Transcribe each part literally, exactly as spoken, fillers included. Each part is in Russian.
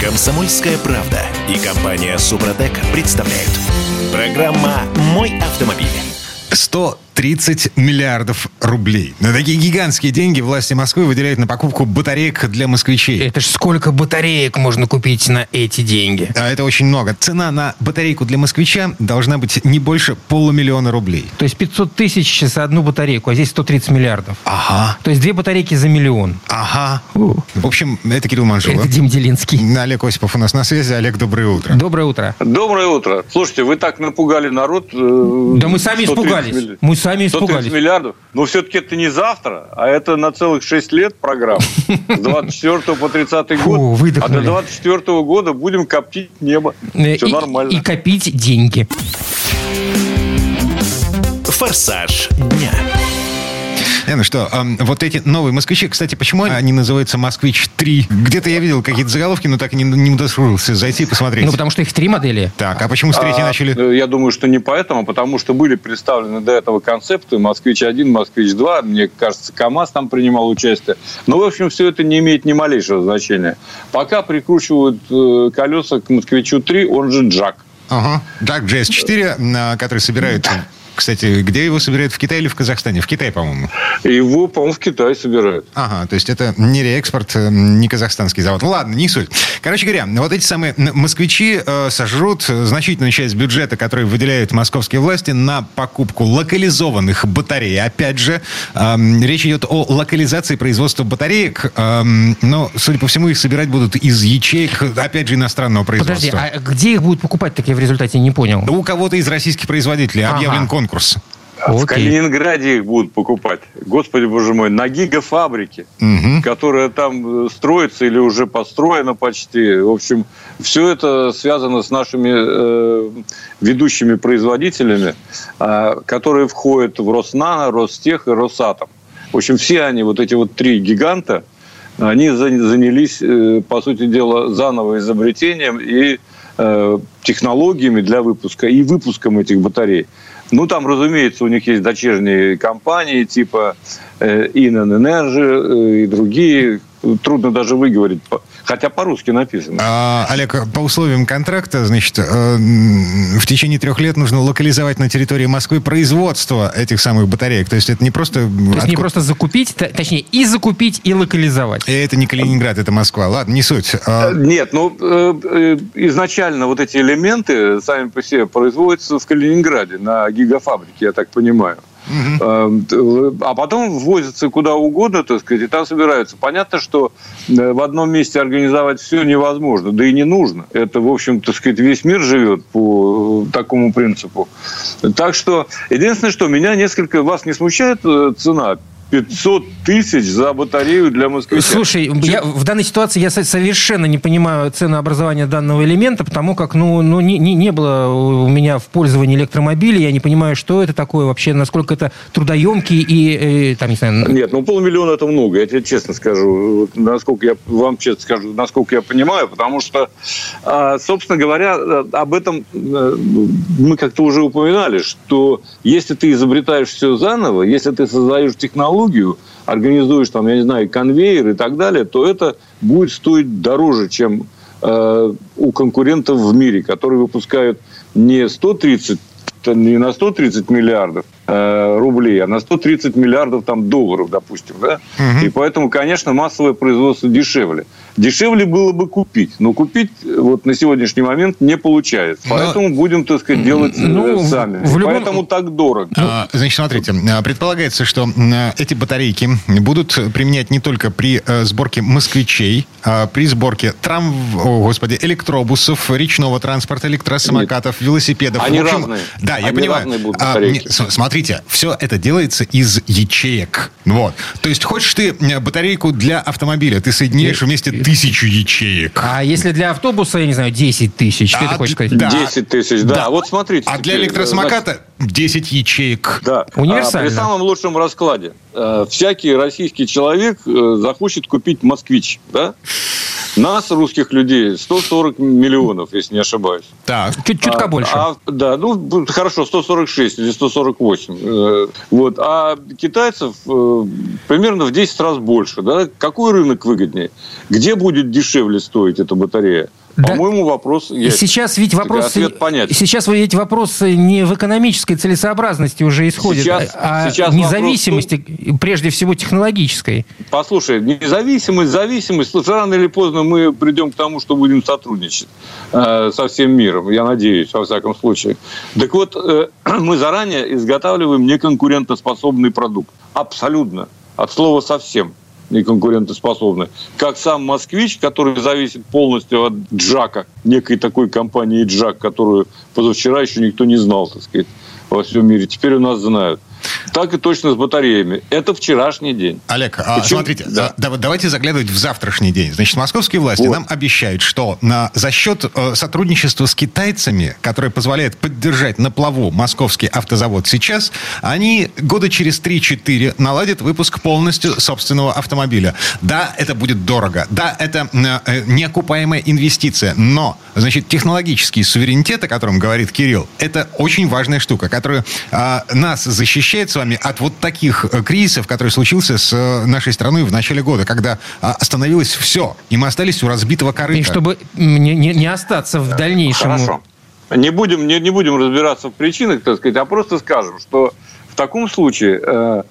Комсомольская правда и компания «Супротек» представляют. Программа «Мой автомобиль». сто тридцать миллиардов рублей. На такие гигантские деньги власти Москвы выделяют на покупку батареек для москвичей. Это ж сколько батареек можно купить на эти деньги? А это очень много. Цена на батарейку для москвича должна быть не больше полумиллиона рублей. То есть пятьсот тысяч за одну батарейку, а здесь сто тридцать миллиардов. Ага. То есть две батарейки за миллион. Ага. У. В общем, это Кирилл Манжула. Это Дим Делинский. Олег Осипов у нас на связи. Олег, доброе утро. Доброе утро. Доброе утро. Слушайте, вы так напугали народ. Да мы сами испугались. Милли... Мы сами испугались. сто тридцать миллиардов. Но все-таки это не завтра, а это на целых шесть лет программа. С двадцать четвёртого по тридцатый год. Фу, выдохнули. А до двадцать четвёртого года будем коптить небо. Все и, нормально. И копить деньги. Форсаж дня. Э, ну что, э, вот эти новые москвичи, кстати, почему они называются «Москвич три»? Где-то я видел какие-то заголовки, но так и не, не удосужился зайти и посмотреть. Ну, потому что их три модели. Так, а почему с третьей а, начали? Я думаю, что не поэтому, а потому что были представлены до этого концепты «Москвич один», «Москвич два». Мне кажется, КамАЗ там принимал участие. Но, в общем, все это не имеет ни малейшего значения. Пока прикручивают э, колеса к «Москвичу три», он же «Джак». Ага. Джак джей эс четыре, который собирают... Кстати, где его собирают? В Китае или в Казахстане? В Китае, по-моему. Его, по-моему, в Китае собирают. Ага, то есть это не реэкспорт, не казахстанский завод. Ну ладно, не суть. Короче говоря, вот эти самые москвичи э, сожрут значительную часть бюджета, который выделяют московские власти на покупку локализованных батарей. Опять же, э, речь идет о локализации производства батареек. Э, но, судя по всему, их собирать будут из ячеек, опять же, иностранного производства. Подожди, а где их будут покупать, так я в результате не понял? У кого-то из российских производителей объявлен ага. конкурс. В Калининграде их будут покупать. Господи, боже мой, на гигафабрике, угу. которая там строится или уже построена почти. В общем, все это связано с нашими э, ведущими производителями, э, которые входят в Роснано, Ростех и Росатом. В общем, все они, вот эти вот три гиганта, они занялись, э, по сути дела, заново изобретением и э, технологиями для выпуска и выпуском этих батарей. Ну, там, разумеется, у них есть дочерние компании типа э, Innan Energy э, и другие. Трудно даже выговорить, хотя по-русски написано. А, Олег, по условиям контракта, значит, э, в течение трех лет нужно локализовать на территории Москвы производство этих самых батареек. То есть это не просто... То есть откуда... не просто закупить, точнее, и закупить, и локализовать. И это не Калининград, это Москва. Ладно, не суть. А... Нет, ну, э, изначально вот эти элементы сами по себе производятся в Калининграде на гигафабрике, я так понимаю. Uh-huh. А потом ввозятся куда угодно, так сказать, и там собираются. Понятно, что в одном месте организовать все невозможно, да и не нужно. Это, в общем, так сказать, весь мир живет по такому принципу. Так что, единственное, что меня несколько... Вас не смущает цена? пятьсот тысяч за батарею для москвича. Слушай, я, в данной ситуации я совершенно не понимаю ценообразования данного элемента, потому как ну, ну, не, не, не было у меня в пользовании электромобиля. Я не понимаю, что это такое вообще, насколько это трудоемкий и, и там, не знаю... Нет, ну полмиллиона это много, я тебе честно скажу. Насколько я вам честно скажу, насколько я понимаю, потому что, собственно говоря, об этом мы как-то уже упоминали, что если ты изобретаешь все заново, если ты создаешь технологию, организуешь там, я не знаю, конвейер и так далее, то это будет стоить дороже, чем э, у конкурентов в мире, которые выпускают не сто тридцать, не на сто тридцать миллиардов э, рублей, а на сто тридцать миллиардов там, долларов, допустим. Да? Угу. И поэтому, конечно, массовое производство дешевле. Дешевле было бы купить, но купить вот на сегодняшний момент не получается. Но... Поэтому будем, так сказать, делать ну, сами. В любом... Поэтому так дорого. А, значит, смотрите, предполагается, что эти батарейки будут применять не только при сборке москвичей, а при сборке трам... О, господи, электробусов, речного транспорта, электросамокатов, Нет. велосипедов. Они в общем, разные. Да, я Они понимаю. будут а, не, смотрите, все это делается из ячеек. Вот. То есть, хочешь ты батарейку для автомобиля, ты соединяешь Нет. вместе тысячу ячеек. А если для автобуса, я не знаю, десять тысяч, что а, ты хочешь сказать? Да. десять тысяч, да. да. Вот смотрите. А для электросамоката десять ячеек. Да. Универсально. А при самом лучшем раскладе э, всякий российский человек э, захочет купить «Москвич», да? Нас, русских людей, сто сорок миллионов, если не ошибаюсь. Так. Чуть, чутка а, больше. А, да, ну, хорошо, сто сорок шесть или сто сорок восемь. Э, вот. А китайцев э, примерно в десять раз больше. Да? Какой рынок выгоднее? Где будет дешевле стоить эта батарея? Да. По-моему, вопрос есть. Сейчас ведь вопрос, ответ понятен. Сейчас ведь вопрос не в экономической целесообразности уже исходит, сейчас, а сейчас независимости, вопрос... прежде всего, технологической. Послушай, независимость, зависимость, слушай, рано или поздно мы придем к тому, что будем сотрудничать э, со всем миром, я надеюсь, во всяком случае. Так вот, э, мы заранее изготавливаем неконкурентоспособный продукт. Абсолютно. От слова совсем. Неконкурентоспособны. Как сам «Москвич», который зависит полностью от Джака, некой такой компании Джак, которую позавчера еще никто не знал, так сказать, во всем мире. Теперь у нас знают. Так и точно с батареями. Это вчерашний день. Олег, а, смотрите, да. да, давайте заглядывать в завтрашний день. Значит, московские власти вот. нам обещают, что на, за счет э, сотрудничества с китайцами, которое позволяет поддержать на плаву московский автозавод сейчас, они года через три-четыре наладят выпуск полностью собственного автомобиля. Да, это будет дорого. Да, это э, неокупаемая инвестиция. Но, значит, технологический суверенитет, о котором говорит Кирилл, это очень важная штука, которая э, нас защищает с вами от вот таких кризисов, который случился с нашей страной в начале года, когда остановилось все, и мы остались у разбитого корыта. И чтобы не, не, не остаться в дальнейшем... Хорошо. Не будем, не, не будем разбираться в причинах, так сказать, а просто скажем, что в таком случае... Э,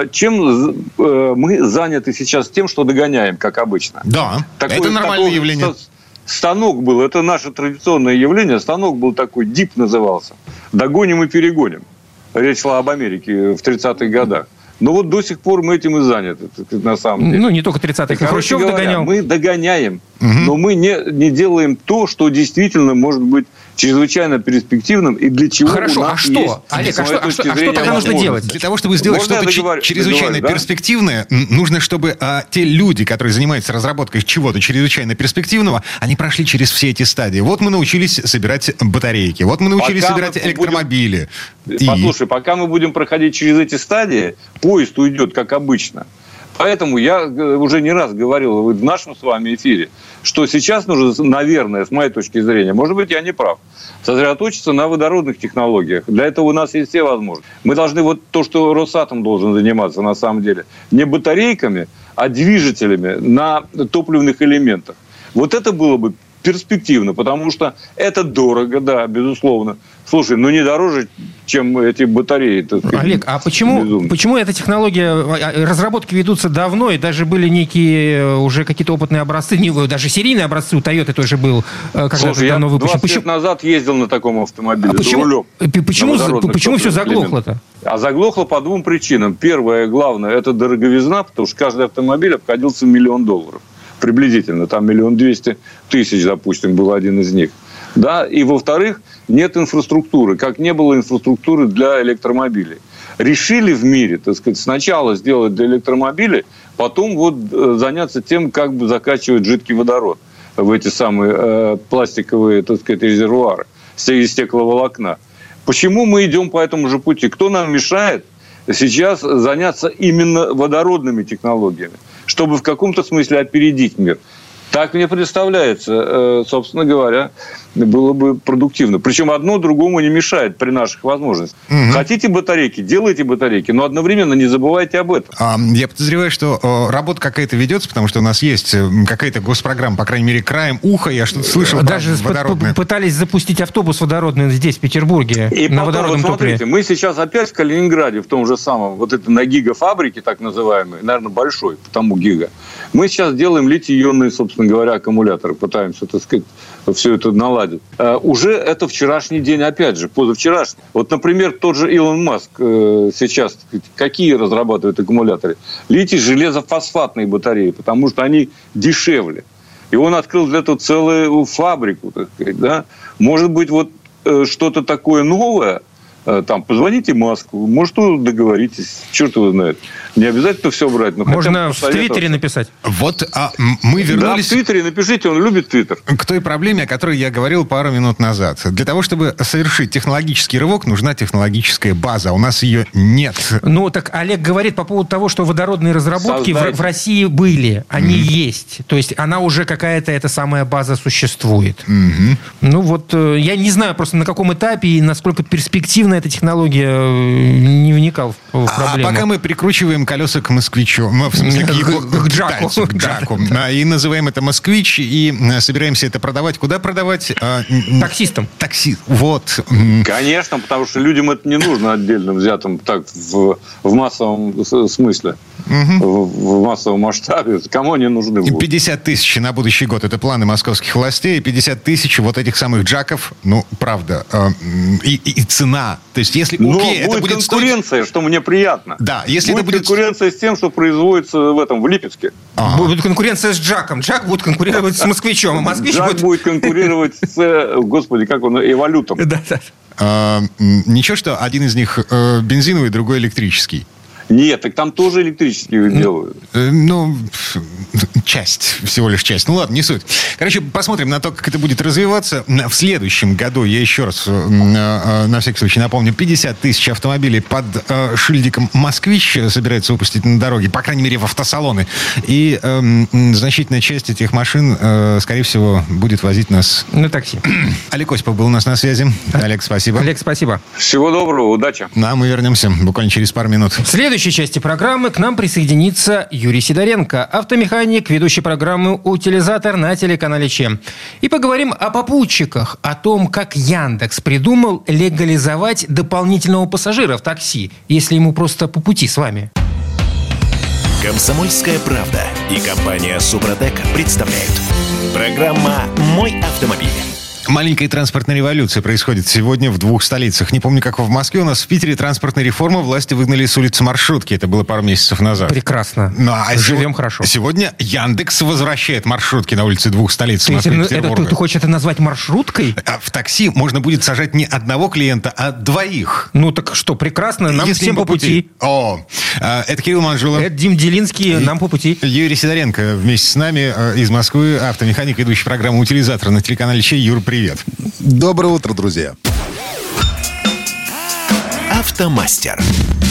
чем э, мы заняты сейчас тем, что догоняем, как обычно. Да, такое, это нормальное такое, явление. Станок был, это наше традиционное явление, станок был такой, дип назывался. Догоним и перегоним. Речь шла об Америке в тридцатых годах. Но вот до сих пор мы этим и заняты, на самом деле. Ну, не только тридцатых, и Хрущев говоря, догонял. Мы догоняем, угу. но мы не, не делаем то, что действительно может быть чрезвычайно перспективным и для чего Хорошо, у нас а что? есть, Олег, а что, а что, а что тогда нужно делать? Для того, чтобы сделать Можно что-то договор... чрезвычайно договор, перспективное, да? нужно, чтобы а, те люди, которые занимаются разработкой чего-то чрезвычайно перспективного, они прошли через все эти стадии. Вот мы научились собирать батарейки, вот мы научились пока собирать мы электромобили. Будем... И... Послушай, пока мы будем проходить через эти стадии, поезд уйдет, как обычно. Поэтому я уже не раз говорил в нашем с вами эфире, что сейчас нужно, наверное, с моей точки зрения, может быть, я не прав, сосредоточиться на водородных технологиях. Для этого у нас есть все возможности. Мы должны вот то, что Росатом должен заниматься на самом деле, не батарейками, а движителями на топливных элементах. Вот это было бы перспективно, потому что это дорого, да, безусловно. Слушай, ну не дороже, чем эти батареи. Так сказать, Олег, а почему, почему эта технология, разработки ведутся давно, и даже были некие уже какие-то опытные образцы, не, даже серийные образцы у Toyota тоже был, когда Слушай, давно я выпущен. двадцать лет назад ездил на таком автомобиле, а почему, за рулем. Почему, почему все заглохло-то? А заглохло по двум причинам. Первое, главное, это дороговизна, потому что каждый автомобиль обходился в миллион долларов. Приблизительно, там миллион двести тысяч, допустим, был один из них. Да? И, во-вторых, нет инфраструктуры, как не было инфраструктуры для электромобилей. Решили в мире, так сказать, сначала сделать для электромобилей, потом вот заняться тем, как бы закачивать жидкий водород в эти самые э, пластиковые, так сказать, резервуары из стекловолокна. Почему мы идем по этому же пути? Кто нам мешает сейчас заняться именно водородными технологиями, чтобы в каком-то смысле опередить мир? Так мне представляется, собственно говоря, было бы продуктивно. Причем одно другому не мешает при наших возможностях. Угу. Хотите батарейки, делайте батарейки, но одновременно не забывайте об этом. А, я подозреваю, что работа какая-то ведется, потому что у нас есть какая-то госпрограмма, по крайней мере, краем уха, я что-то слышал. Даже водородные. Пытались запустить автобус водородный здесь, в Петербурге, и на потом, водородном вот смотрите, топливе. Мы сейчас опять в Калининграде, в том же самом, вот это на гигафабрике, так называемой, наверное, большой, потому гига. Мы сейчас делаем литий-ионные, собственно говоря, аккумуляторы, пытаемся, так сказать, все это наладить. Uh, уже это вчерашний день, опять же, позавчерашний. Вот, например, тот же Илон Маск uh, сейчас какие разрабатывает аккумуляторы? Литий-железофосфатные батареи, потому что они дешевле. И он открыл для этого целую фабрику, так сказать, да? Может быть, вот uh, что-то такое новое, Там, позвоните Маску, может, договоритесь, черт его знает. Не обязательно все брать. Но можно в Твиттере написать. Вот а, мы вернулись... Да, в Твиттере напишите, он любит Твиттер. К той проблеме, о которой я говорил пару минут назад. Для того, чтобы совершить технологический рывок, нужна технологическая база. У нас ее нет. Ну, так Олег говорит по поводу того, что водородные разработки в, в России были. Они mm-hmm. есть. То есть она уже какая-то, эта самая база существует. Mm-hmm. Ну, вот я не знаю просто на каком этапе и насколько перспективна эта технология, не вникал в проблему. А пока мы прикручиваем колеса к москвичу, в смысле, к, его, к, к Джаку, китайцу, к Джаку да. и называем это москвич, и собираемся это продавать. Куда продавать? Таксистам. Такси. Вот. Конечно, потому что людям это не нужно отдельно взятым так в, в массовом смысле. Угу. В, в массовом масштабе. Кому они нужны будут? пятьдесят тысяч на будущий год. Это планы московских властей. пятьдесят тысяч вот этих самых джаков. Ну, правда. И, и, и цена. То есть, если Но окей, будет это будет конкуренция, стоить... что мне приятно. Да, если будет это будет... конкуренция с тем, что производится в этом, в Липецке. Ага. Будет конкуренция с Джаком. Джак будет конкурировать с москвичом, а москвич Джак будет... будет конкурировать с, господи, как он, эволютом. Да, да. А, ничего, что один из них бензиновый, другой электрический. Нет, так там тоже электрические делают. Ну, часть, всего лишь часть. Ну ладно, не суть. Короче, посмотрим на то, как это будет развиваться. В следующем году, я еще раз на всякий случай напомню, пятьдесят тысяч автомобилей под шильдиком «Москвич» собирается выпустить на дороге, по крайней мере, в автосалоны. И э, значительная часть этих машин, э, скорее всего, будет возить нас... На такси. Олег Осипов был у нас на связи. Олег, спасибо. Олег, спасибо. Всего доброго, удачи. Ну, а мы вернемся буквально через пару минут. В следующей части программы к нам присоединится Юрий Сидоренко, автомеханик, ведущий программы «Утилизатор» на телеканале ЧЕ. И поговорим о попутчиках, о том, как Яндекс придумал легализовать дополнительного пассажира в такси, если ему просто по пути с вами. «Комсомольская правда» и компания «Супротек» представляют. Программа «Мой автомобиль». Маленькая транспортная революция происходит сегодня в двух столицах. Не помню, как в Москве. У нас в Питере транспортная реформа. Власти выгнали с улицы маршрутки. Это было пару месяцев назад. Прекрасно. Ну, а Живем сего... хорошо. Сегодня Яндекс возвращает маршрутки на улице двух столиц. Ты, Москвы и это, Петербурга. ты, ты хочешь это назвать маршруткой? А в такси можно будет сажать не одного клиента, а двоих. Ну так что, прекрасно. Нам Если всем по пути. пути. О, это Кирилл Манжулов. Это Дим Делинский. Нам по пути. Юрий Сидоренко вместе с нами из Москвы. Автомеханик, ведущий программу «Утилизатор» на телеканале ЧЕ. Юр, привет. Доброе утро, друзья. Автомастер.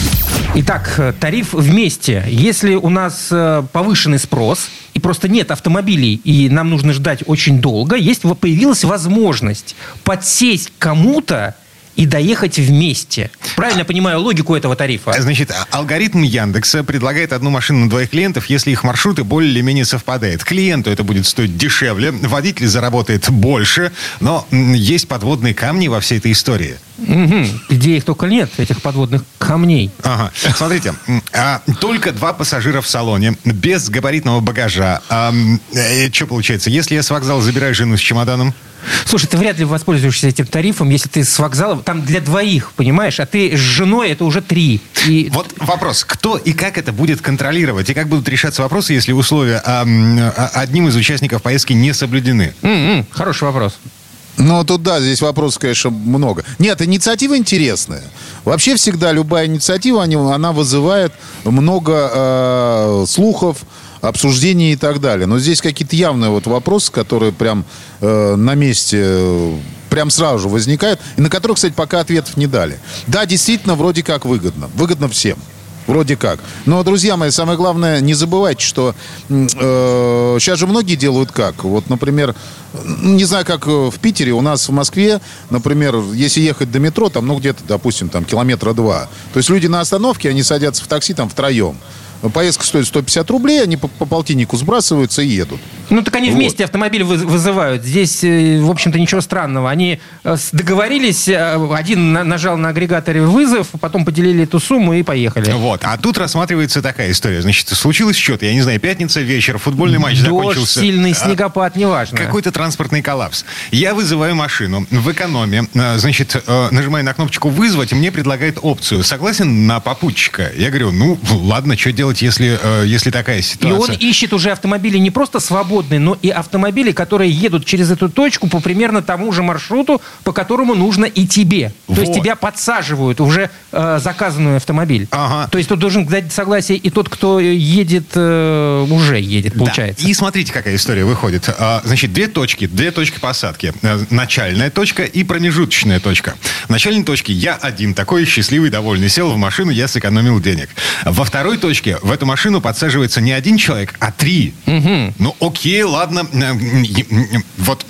Итак, тариф вместе. Если у нас повышенный спрос и просто нет автомобилей, и нам нужно ждать очень долго, есть, появилась возможность подсесть к кому-то и доехать вместе. Правильно я понимаю логику этого тарифа? Значит, алгоритм Яндекса предлагает одну машину на двоих клиентов, если их маршруты более или менее совпадают. Клиенту это будет стоить дешевле, водитель заработает больше, но есть подводные камни во всей этой истории. Угу. Где их только нет, этих подводных камней. Ага. Смотрите, а, только два пассажира в салоне, без габаритного багажа. А, э, что получается? Если я с вокзала забираю жену с чемоданом? Слушай, ты вряд ли воспользуешься этим тарифом, если ты с вокзала, там для двоих, понимаешь, а ты с женой, это уже три. И... Вот вопрос, кто и как это будет контролировать, и как будут решаться вопросы, если условия а, а, одним из участников поездки не соблюдены? Mm-hmm. Хороший вопрос. Ну, тут, да, здесь вопросов, конечно, много. Нет, инициатива интересная. Вообще всегда любая инициатива, она вызывает много э, слухов, обсуждений и так далее. Но здесь какие-то явные вот вопросы, которые прям э, на месте... Э, прям сразу же возникают, и на которых, кстати, пока ответов не дали. Да, действительно, вроде как выгодно. Выгодно всем. Вроде как. Но, друзья мои, самое главное, не забывайте, что э, сейчас же многие делают как. Вот, например, не знаю, как в Питере, у нас в Москве, например, если ехать до метро, там, ну, где-то, допустим, там, километра два. То есть люди на остановке, они садятся в такси там втроем. Поездка стоит сто пятьдесят рублей, они по, по полтиннику сбрасываются и едут. Ну, так они вместе вот. Автомобиль вызывают. Здесь, в общем-то, ничего странного. Они договорились, один нажал на агрегаторе вызов, потом поделили эту сумму и поехали. Вот. А тут рассматривается такая история. Значит, случилось что-то, я не знаю, пятница, вечер, футбольный матч Дождь, закончился. сильный снегопад, неважно. Какой-то транспортный коллапс. Я вызываю машину в экономе, значит, нажимаю на кнопочку «вызвать», и мне предлагает опцию. Согласен на попутчика? Я говорю, ну, ладно, что делать делать, если, э, если такая ситуация? И он ищет уже автомобили не просто свободные, но и автомобили, которые едут через эту точку по примерно тому же маршруту, по которому нужно и тебе. Вот. То есть тебя подсаживают уже э, заказанный автомобиль. Ага. То есть тут должен дать согласие и тот, кто едет, э, уже едет, получается. Да. И смотрите, какая история выходит. А, значит, две точки, две точки посадки. Начальная точка и промежуточная точка. В начальной точке я один, такой счастливый, довольный. Сел в машину, я сэкономил денег. Во второй точке в эту машину подсаживается не один человек, а три. Угу. Ну, окей, ладно. Вот,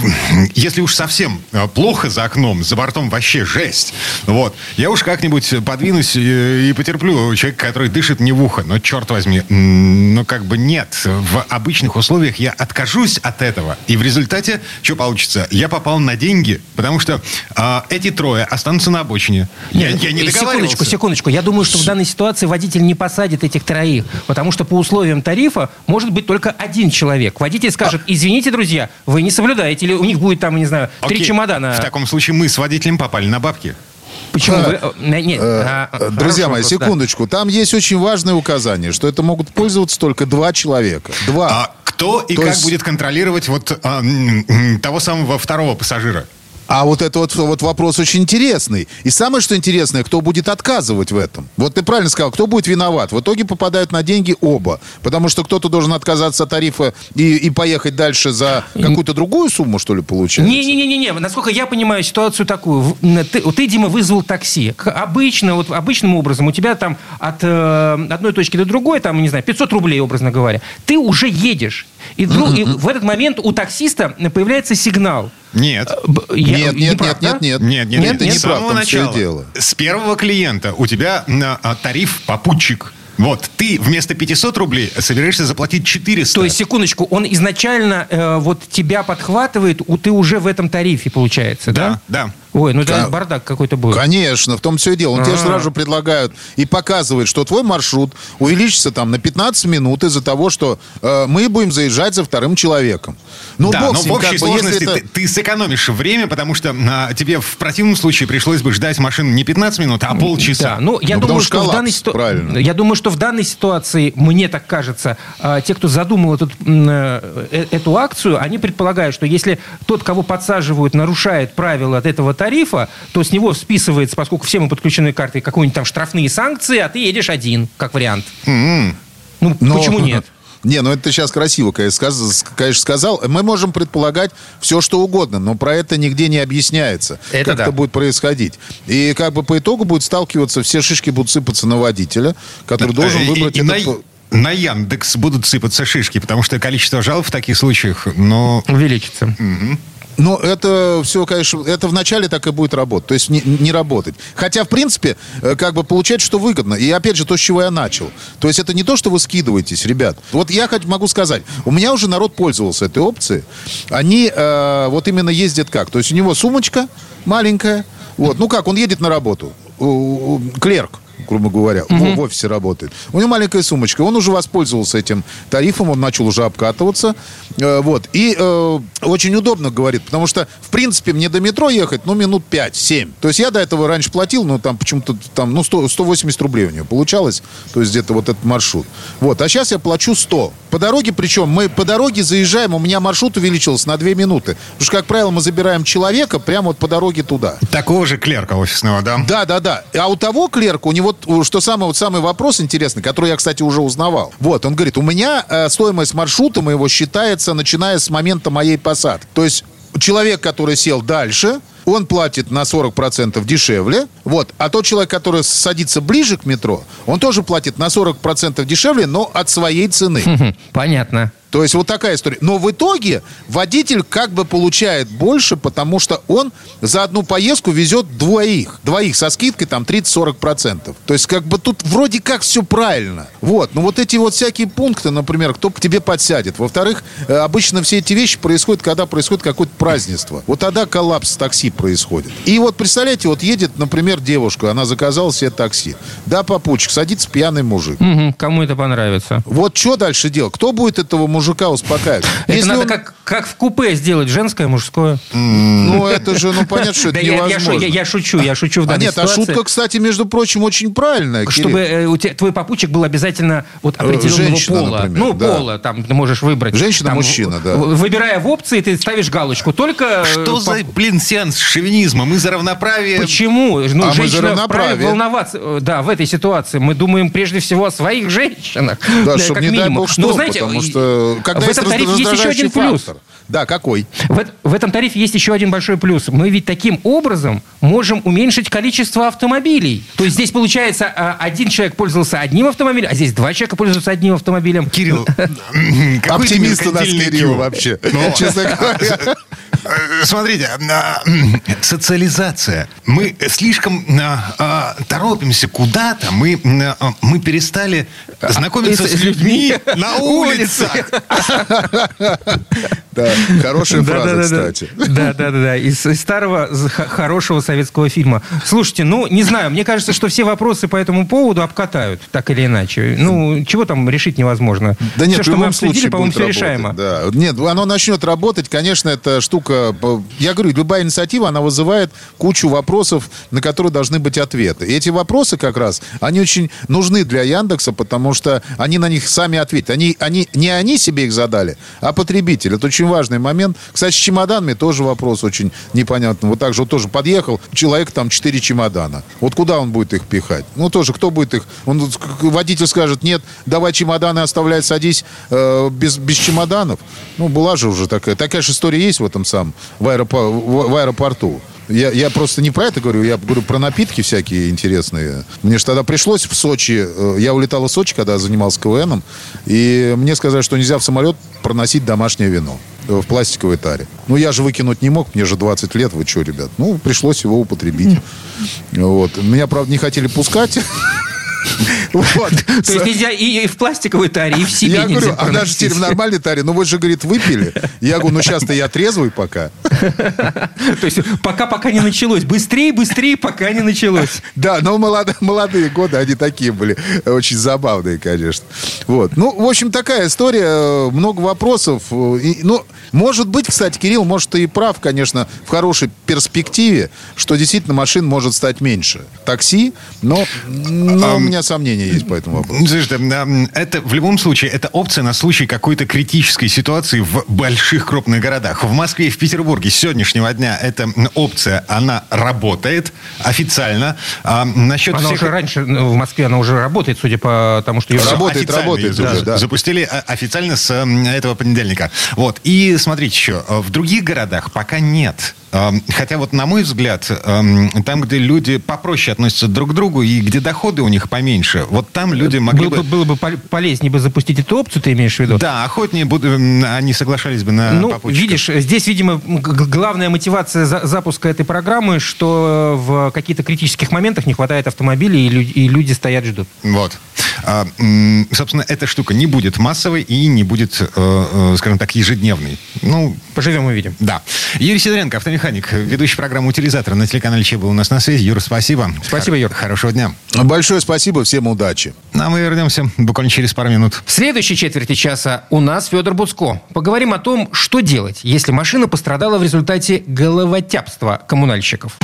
если уж совсем плохо за окном, за бортом вообще жесть, вот, я уж как-нибудь подвинусь и потерплю человека, который дышит мне в ухо. Но, черт возьми, ну, как бы нет. В обычных условиях я откажусь от этого. И в результате, что получится? Я попал на деньги, потому что э, эти трое останутся на обочине. Я, Нет, я не договаривался. Секундочку, секундочку. Я думаю, что в данной ситуации водитель не посадит этих троих, потому что по условиям тарифа может быть только один человек. Водитель скажет: извините, друзья, вы не соблюдаете, или у них будет там, не знаю, три Окей. чемодана. В таком случае мы с водителем попали на бабки. Почему? А, вы... Нет, э, а, Друзья мои, вопрос, секундочку. Да. Там есть очень важное указание, что это могут пользоваться только два человека. Два. А кто и То как есть... будет контролировать вот а, м, того самого второго пассажира? А вот это вот, вот вопрос очень интересный. И самое, что интересное, кто будет отказывать в этом. Вот ты правильно сказал, кто будет виноват. В итоге попадают на деньги оба. Потому что кто-то должен отказаться от тарифа и, и поехать дальше за какую-то другую сумму, что ли, получается? Не-не-не, насколько я понимаю ситуацию такую. Ты, ты, Дима, вызвал такси. Обычно, вот обычным образом у тебя там от э, одной точки до другой, там, не знаю, пятьсот рублей, образно говоря. Ты уже едешь. И, друг, и в этот момент у таксиста появляется сигнал. Нет. Я, Нет, не нет, прав, нет, да? нет, нет. Нет, нет, нет, это ты не не с прав, самого в том все и начала. дело. С первого клиента у тебя а, а, тариф попутчик. Вот, ты вместо пятисот рублей собираешься заплатить четыреста. То есть, секундочку, он изначально э, вот тебя подхватывает, у, ты уже в этом тарифе, получается, да? Да, да. Ой, ну это Ка- бардак какой-то будет. Конечно, в том все и дело. Он тебе сразу же предлагают и показывают, что твой маршрут увеличится там на пятнадцать минут из-за того, что э, мы будем заезжать за вторым человеком. Ну, да, бог но с ним, в общей как бы, если сложности это- ты, ты сэкономишь время, потому что а, тебе в противном случае пришлось бы ждать машину не пятнадцать минут, а полчаса. Да, ну я Ну, потому думаю, что что в данной коллапс, ситуации, правильно. я думаю, что в данной ситуации, мне так кажется, э, те, кто задумал этот, м, э, эту акцию, они предполагают, что если тот, кого подсаживают, нарушает правила от этого тарифа, то с него списывается, поскольку все мы подключены к карте, какие-нибудь там штрафные санкции, а ты едешь один, как вариант. М-м. Ну Но- почему нет? Не, ну это ты сейчас красиво, конечно, сказ- конечно, сказал. Мы можем предполагать все, что угодно, но про это нигде не объясняется, Это как да. это будет происходить. И как бы по итогу будет сталкиваться, все шишки будут сыпаться на водителя, который должен И- выбрать и этот... на, на Яндекс будут сыпаться шишки, потому что количество жалоб в таких случаях, ну... Увеличится. Но это все, конечно, это вначале так и будет работать, то есть не, не работать. Хотя, в принципе, э, как бы получается, что выгодно. И опять же, то, с чего я начал. То есть это не то, что вы скидываетесь, ребят. Вот я хоть могу сказать, у меня уже народ пользовался этой опцией. Они э, вот именно ездят как? То есть у него сумочка маленькая, вот, ну как, он едет на работу, у- у- клерк, грубо говоря, в, в офисе работает. У него маленькая сумочка, он уже воспользовался этим тарифом, он начал уже обкатываться, э, вот, и э, очень удобно, говорит, потому что, в принципе, мне до метро ехать, ну, минут пять-семь. То есть я до этого раньше платил, ну, там почему-то, там, ну, сто, сто восемьдесят рублей у него получалось, то есть где-то вот этот маршрут. Вот, а сейчас я плачу сто. По дороге, причем, мы по дороге заезжаем, у меня маршрут увеличился на две минуты. Потому что, как правило, мы забираем человека прямо вот по дороге туда. Такого же клерка офисного, да? Да, да, да. А у того клерка, у него, что самый, вот самый вопрос интересный, который я, кстати, уже узнавал. Вот, он говорит, у меня э, стоимость маршрута моего считается, начиная с момента моей посадки. То есть человек, который сел дальше, он платит на сорок процентов дешевле. Вот. А тот человек, который садится ближе к метро, он тоже платит на сорок процентов дешевле, но от своей цены. Хм, Понятно. То есть вот такая история. Но в итоге водитель как бы получает больше, потому что он за одну поездку везет двоих. Двоих со скидкой там тридцать-сорок процентов. То есть как бы тут вроде как все правильно. Вот. Но вот эти вот всякие пункты, например, кто к тебе подсядет. Во-вторых, э, обычно все эти вещи происходят, когда происходит какое-то празднество. Вот тогда коллапс с такси происходит. И вот представляете, вот едет, например, девушка, она заказала себе такси. Да, попутчик, садится пьяный мужик. Мгм, кому это понравится? Вот что дальше делать? Кто будет этого мужика успокаивать? Это Если надо он- как, как в купе сделать женское, мужское? Ну, это же, ну, понятно, что это Да я, я, невозможно. шу- я, я шучу, я шучу в А данной нет, а ситуации. шутка, кстати, между прочим, очень правильная, Кирилл. Чтобы э, у тебя, твой попутчик был обязательно вот определенного Женщина, пола. например, ну, да. пола, там ты можешь выбрать. Женщина, Там, мужчина, в- да. в- Выбирая в опции, ты ставишь галочку. Только... э, Что за, поп- блин, сеанс шовинизма? Мы за равноправие. Почему? Ну, А мы за женщина вправе равноправие. волноваться. э, Да, в этой ситуации мы думаем прежде всего о своих женщинах. Да, э, чтобы как не дай минимум. бог что, Но, знаете, потому и- что когда в есть этом тарифе есть еще раздражающий один плюс. фактор. Да, какой? В, эт- в этом тарифе есть еще один большой плюс. Мы ведь таким образом можем уменьшить количество автомобилей. То есть здесь, получается, а, один человек пользовался одним автомобилем, а здесь два человека пользуются одним автомобилем. Кирилл, какой ты Оптимист у нас меркантильный Кирилл Q. вообще, Ну, честно говоря. Э, Смотрите, а, м, социализация. Мы слишком а, а, торопимся куда-то. Мы, а, мы перестали знакомиться и с с людьми на улицах. Да, хорошая фраза, Да-да-да-да. кстати. Да, да, да, да. Из, из старого з- х- хорошего советского фильма. Слушайте, ну, не знаю, мне кажется, что все вопросы по этому поводу обкатают, так или иначе. Ну, чего там решить невозможно. Да нет, все, в что мы любом обсудили, случае по-моему, будет все работать, решаемо. да. Нет, оно начнет работать. Конечно, эта штука... по- Я говорю, любая инициатива, она вызывает кучу вопросов, на которые должны быть ответы. И эти вопросы как раз, они очень нужны для Яндекса, потому что они на них сами ответят. Они, они, не они себе их задали, а потребитель. Это очень важный момент. Кстати, с чемоданами тоже вопрос очень непонятный. Вот так же вот тоже подъехал, человек там четыре чемодана. Вот куда он будет их пихать? Ну, тоже, кто будет их... Он, водитель скажет, нет, давай чемоданы оставляй, садись э, без, без чемоданов. Ну, была же уже такая... Такая же история есть в этом самом, в, аэропо- в, в аэропорту. Я, я просто не про это говорю, я говорю про напитки всякие интересные. Мне же тогда пришлось в Сочи, э, я улетал из Сочи, когда занимался КВНом, и мне сказали, что нельзя в самолет проносить домашнее вино в пластиковой таре. Ну, я же выкинуть не мог, мне же двадцать лет, вы что, ребят? Ну, пришлось его употребить. Вот. Меня, правда, не хотели пускать. Вот. То есть нельзя и, и в пластиковой таре, и в себе Я нельзя говорю, а даже проносить. теперь в нормальной таре, ну вот же, говорит, выпили. Я говорю, ну сейчас-то я трезвый пока. То есть пока-пока не началось. Быстрее, быстрее, пока не началось. Да, но молодые, молодые годы, они такие были, очень забавные, конечно. Вот. Ну, в общем, такая история, много вопросов. И, ну, может быть, кстати, Кирилл, может, ты и прав, конечно, в хорошей перспективе, что действительно машин может стать меньше. Такси, но, но у меня сомнения есть по этому вопросу. Слушайте, м, это в любом случае, это опция на случай какой-то критической ситуации в больших крупных городах. В Москве и в Петербурге с сегодняшнего дня эта опция, она работает официально. А насчет Она всех... уже раньше ну, в Москве, она уже работает, судя по тому, что... ее- Всё, Работает, официально работает ее уже, да. запустили а, официально с м, этого понедельника. Вот. И смотрите еще, в других городах пока нет. Эм, Хотя вот, на мой взгляд, эм, там, где люди попроще относятся друг к другу и где доходы у них поменьше, вот там люди могли Было, бы... бы, было бы пол- полезнее бы запустить эту опцию, ты имеешь в виду? Да, охотнее буду, м, они соглашались бы на Ну, попутчиков. видишь, здесь, видимо, г- г- главная мотивация за- запуска этой программы, что в каких-то критических моментах не хватает автомобилей, и, лю- и люди стоят, ждут. Вот. А, м, собственно, эта штука не будет массовой и не будет, э, э, скажем так, ежедневной. Ну, Поживем увидим. да. Юрий Сидоренко, автомеханик, ведущий программы «Утилизатор» на телеканале ЧЕ был у нас на связи. Юр, спасибо. Спасибо, Юр. Хорошего дня. Большое спасибо, всем удачи. Ну, а мы вернемся буквально через пару минут. В следующей четверти часа у нас Федор Буцко. Поговорим о том, что делать, если машина пострадала в результате головотяпства коммунальщиков.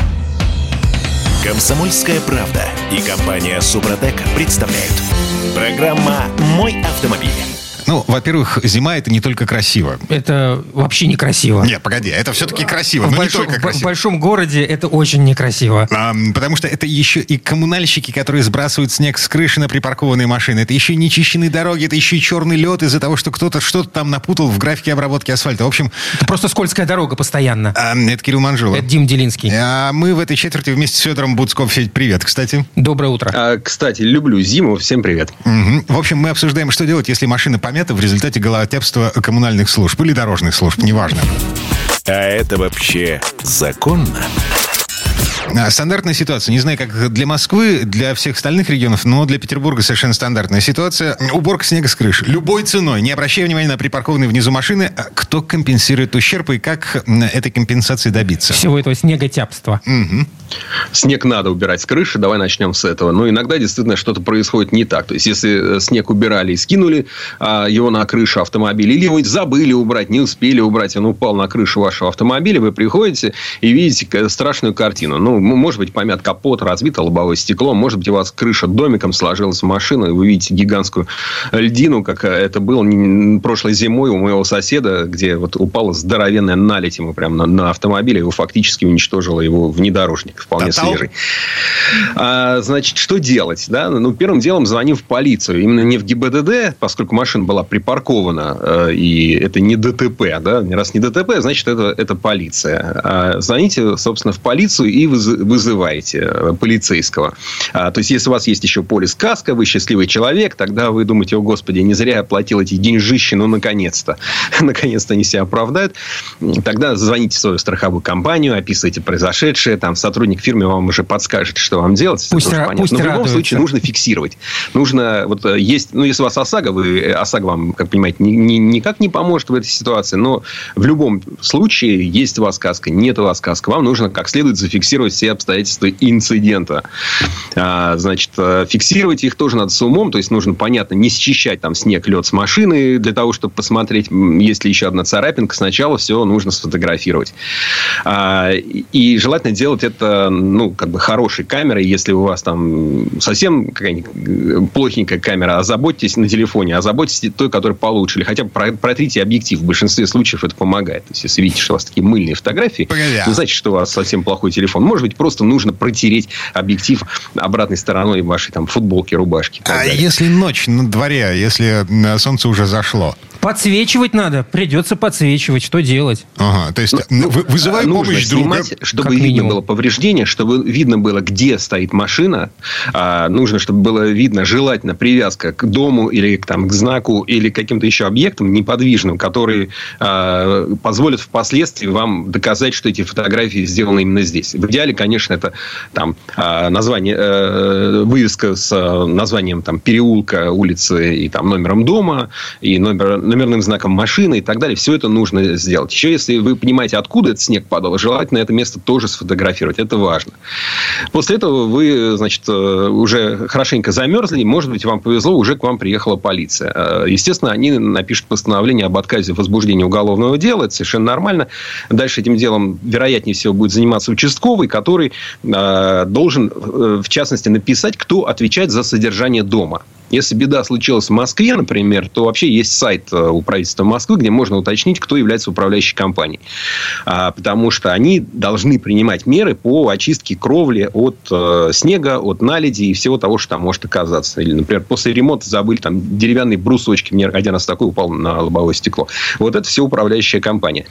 «Комсомольская правда» и компания «Супротек» представляют. Программа «Мой автомобиль». Ну, во-первых, зима — это не только красиво. Это вообще некрасиво. Нет, погоди, это все-таки красиво, в, но большом, не только в красиво. большом городе это очень некрасиво. А, потому что это еще и коммунальщики, которые сбрасывают снег с крыши на припаркованные машины. Это еще и нечищенные дороги, это еще и черный лед из-за того, что кто-то что-то там напутал в графике обработки асфальта. В общем, Это просто скользкая дорога постоянно. а, это Кирилл Манжула. Это Дим Делинский. А мы в этой четверти вместе с Федором Буцко. Федь, привет, кстати. Доброе утро. А, кстати, люблю зиму. Всем привет. Мгм. В общем, мы обсуждаем, что делать, если машина помята в результате головотяпства коммунальных служб или дорожных служб, неважно. А это вообще законно? Стандартная ситуация. Не знаю, как для Москвы, для всех остальных регионов, но для Петербурга совершенно стандартная ситуация. Уборка снега с крыши. Любой ценой. Не обращая внимания на припаркованные внизу машины. Кто компенсирует ущерб и как этой компенсации добиться? Всего этого снеготяпства. Угу. Снег надо убирать с крыши. Давай начнем с этого. Но иногда действительно что-то происходит не так. То есть, если снег убирали и скинули а, его на крышу автомобиля, или вы забыли убрать, не успели убрать, он упал на крышу вашего автомобиля, вы приходите и видите страшную картину. Ну, может быть, помят капот, разбито лобовое стекло, может быть, у вас крыша домиком сложилась в машину, и вы видите гигантскую льдину, как это было прошлой зимой у моего соседа, где вот упала здоровенная наледь ему прямо на, на автомобиле, его фактически уничтожила его внедорожник, вполне Тотал. свежий. А, значит, что делать? Да? Ну, первым делом звоним в полицию. Именно не в ГИБДД, поскольку машина была припаркована, э, и это не ДТП. Да? Раз не ДТП, значит, это, это полиция. А звоните, собственно, в полицию и вызываете полицейского. А, то есть, если у вас есть еще полис каска, вы счастливый человек, тогда вы думаете: о, Господи, не зря я платил эти деньжищи, ну, наконец-то. Наконец-то они себя оправдают. Тогда звоните в свою страховую компанию, описывайте произошедшее. Там сотрудник фирмы вам уже подскажет, что вам делать. Пусть, ра- пусть Но в любом радуется. случае нужно фиксировать. Нужно, вот есть, ну, если у вас ОСАГО, вы, ОСАГО вам, как понимаете, ни, ни, никак не поможет в этой ситуации, но в любом случае, есть у вас каска, нет у вас каска, вам нужно как следует зафиксировать все обстоятельства инцидента. А, значит, фиксировать их тоже надо с умом, то есть нужно, понятно, не счищать там снег, лед с машины для того, чтобы посмотреть, есть ли еще одна царапинка. Сначала все нужно сфотографировать. А, и желательно делать это, ну, как бы хорошей камерой. Если у вас там совсем какая-нибудь плохенькая камера, озаботьтесь на телефоне, озаботьтесь той, которая получше. Или хотя бы протрите объектив. В большинстве случаев это помогает. То есть, если видите, что у вас такие мыльные фотографии, Погодя. не значит, что у вас совсем плохой телефон. Может быть, просто нужно протереть объектив обратной стороной вашей там футболки, рубашки. и так А далее. если ночь на дворе, если э, солнце уже зашло? Подсвечивать надо. Придется подсвечивать. Что делать? Ага, то есть Ну, вы- вызывай нужно помощь друга. снимать, чтобы как видно минимум. было повреждение, чтобы видно было, где стоит машина. А, нужно, чтобы было видно, желательно, привязка к дому или к, там, к знаку или к каким-то еще объектам неподвижным, которые а, позволят впоследствии вам доказать, что эти фотографии сделаны именно здесь. В идеале, конечно, это там, а, название, э, вывеска с а, названием там, переулка, улицы и там, номером дома, и номер, номерным знаком машины и так далее. Все это нужно сделать. Еще если вы понимаете, откуда этот снег падал, желательно это место тоже сфотографировать. Это важно. После этого вы, значит, уже хорошенько замерзли. Может быть, вам повезло, уже к вам приехала полиция. Естественно, они напишут постановление об отказе в возбуждении уголовного дела. Это совершенно нормально. Дальше этим делом, вероятнее всего, будет заниматься участковый, который должен, в частности, написать, кто отвечает за содержание дома. Если беда случилась в Москве, например, то вообще есть сайт у правительства Москвы, где можно уточнить, кто является управляющей компанией. А, потому что они должны принимать меры по очистке кровли от э, снега, от наледи и всего того, что там может оказаться. Или, например, после ремонта забыли там деревянные брусочки. Мне один раз такой упал на лобовое стекло. Вот это все управляющая компания.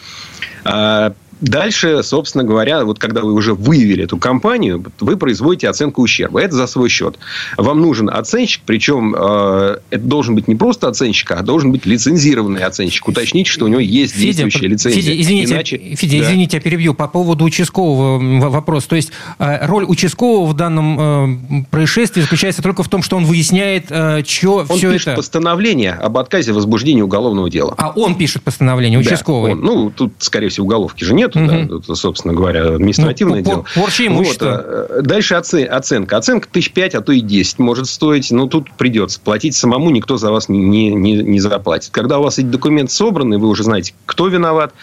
А, Дальше, собственно говоря, вот когда вы уже выявили эту компанию, вы производите оценку ущерба. Это за свой счет. Вам нужен оценщик, причем э, это должен быть не просто оценщик, а должен быть лицензированный оценщик. Уточните, что у него есть Федя, действующая лицензия. Федя, извините, Иначе... Федя, Да. извините, я перебью. По поводу участкового вопрос. То есть, э, роль участкового в данном э, происшествии заключается только в том, что он выясняет, э, что Он все пишет это... постановление об отказе в возбуждении уголовного дела. А он пишет постановление, Да, участковый. он. Ну, тут, скорее всего, уголовки же нет. Мгм. Да, это, собственно говоря, административное Ну, дело. пор- порча имущества. Вот, а, дальше оце- оценка. Оценка тысяч пять, а то и десять может стоить. Но тут придется платить самому, никто за вас не, не, не, не заплатит. Когда у вас эти документы собраны, вы уже знаете, кто виноват.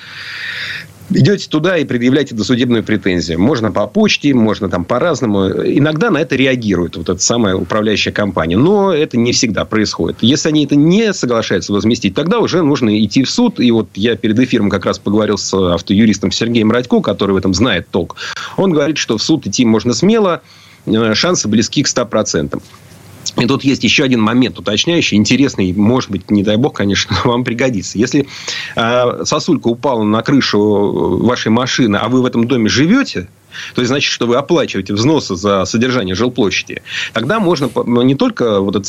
Идете туда и предъявляете досудебную претензию. Можно по почте, можно там по-разному. Иногда на это реагирует вот эта самая управляющая компания. Но это не всегда происходит. Если они это не соглашаются возместить, тогда уже нужно идти в суд. И вот я перед эфиром как раз поговорил с автоюристом Сергеем Радько, который в этом знает толк. Он говорит, что в суд идти можно смело. Шансы близки к ста процентам. И тут есть еще один момент уточняющий, интересный, может быть, не дай бог, конечно, вам пригодится. Если э, сосулька упала на крышу вашей машины, а вы в этом доме живете, то есть, значит, что вы оплачиваете взносы за содержание жилплощади, тогда можно не только вот эту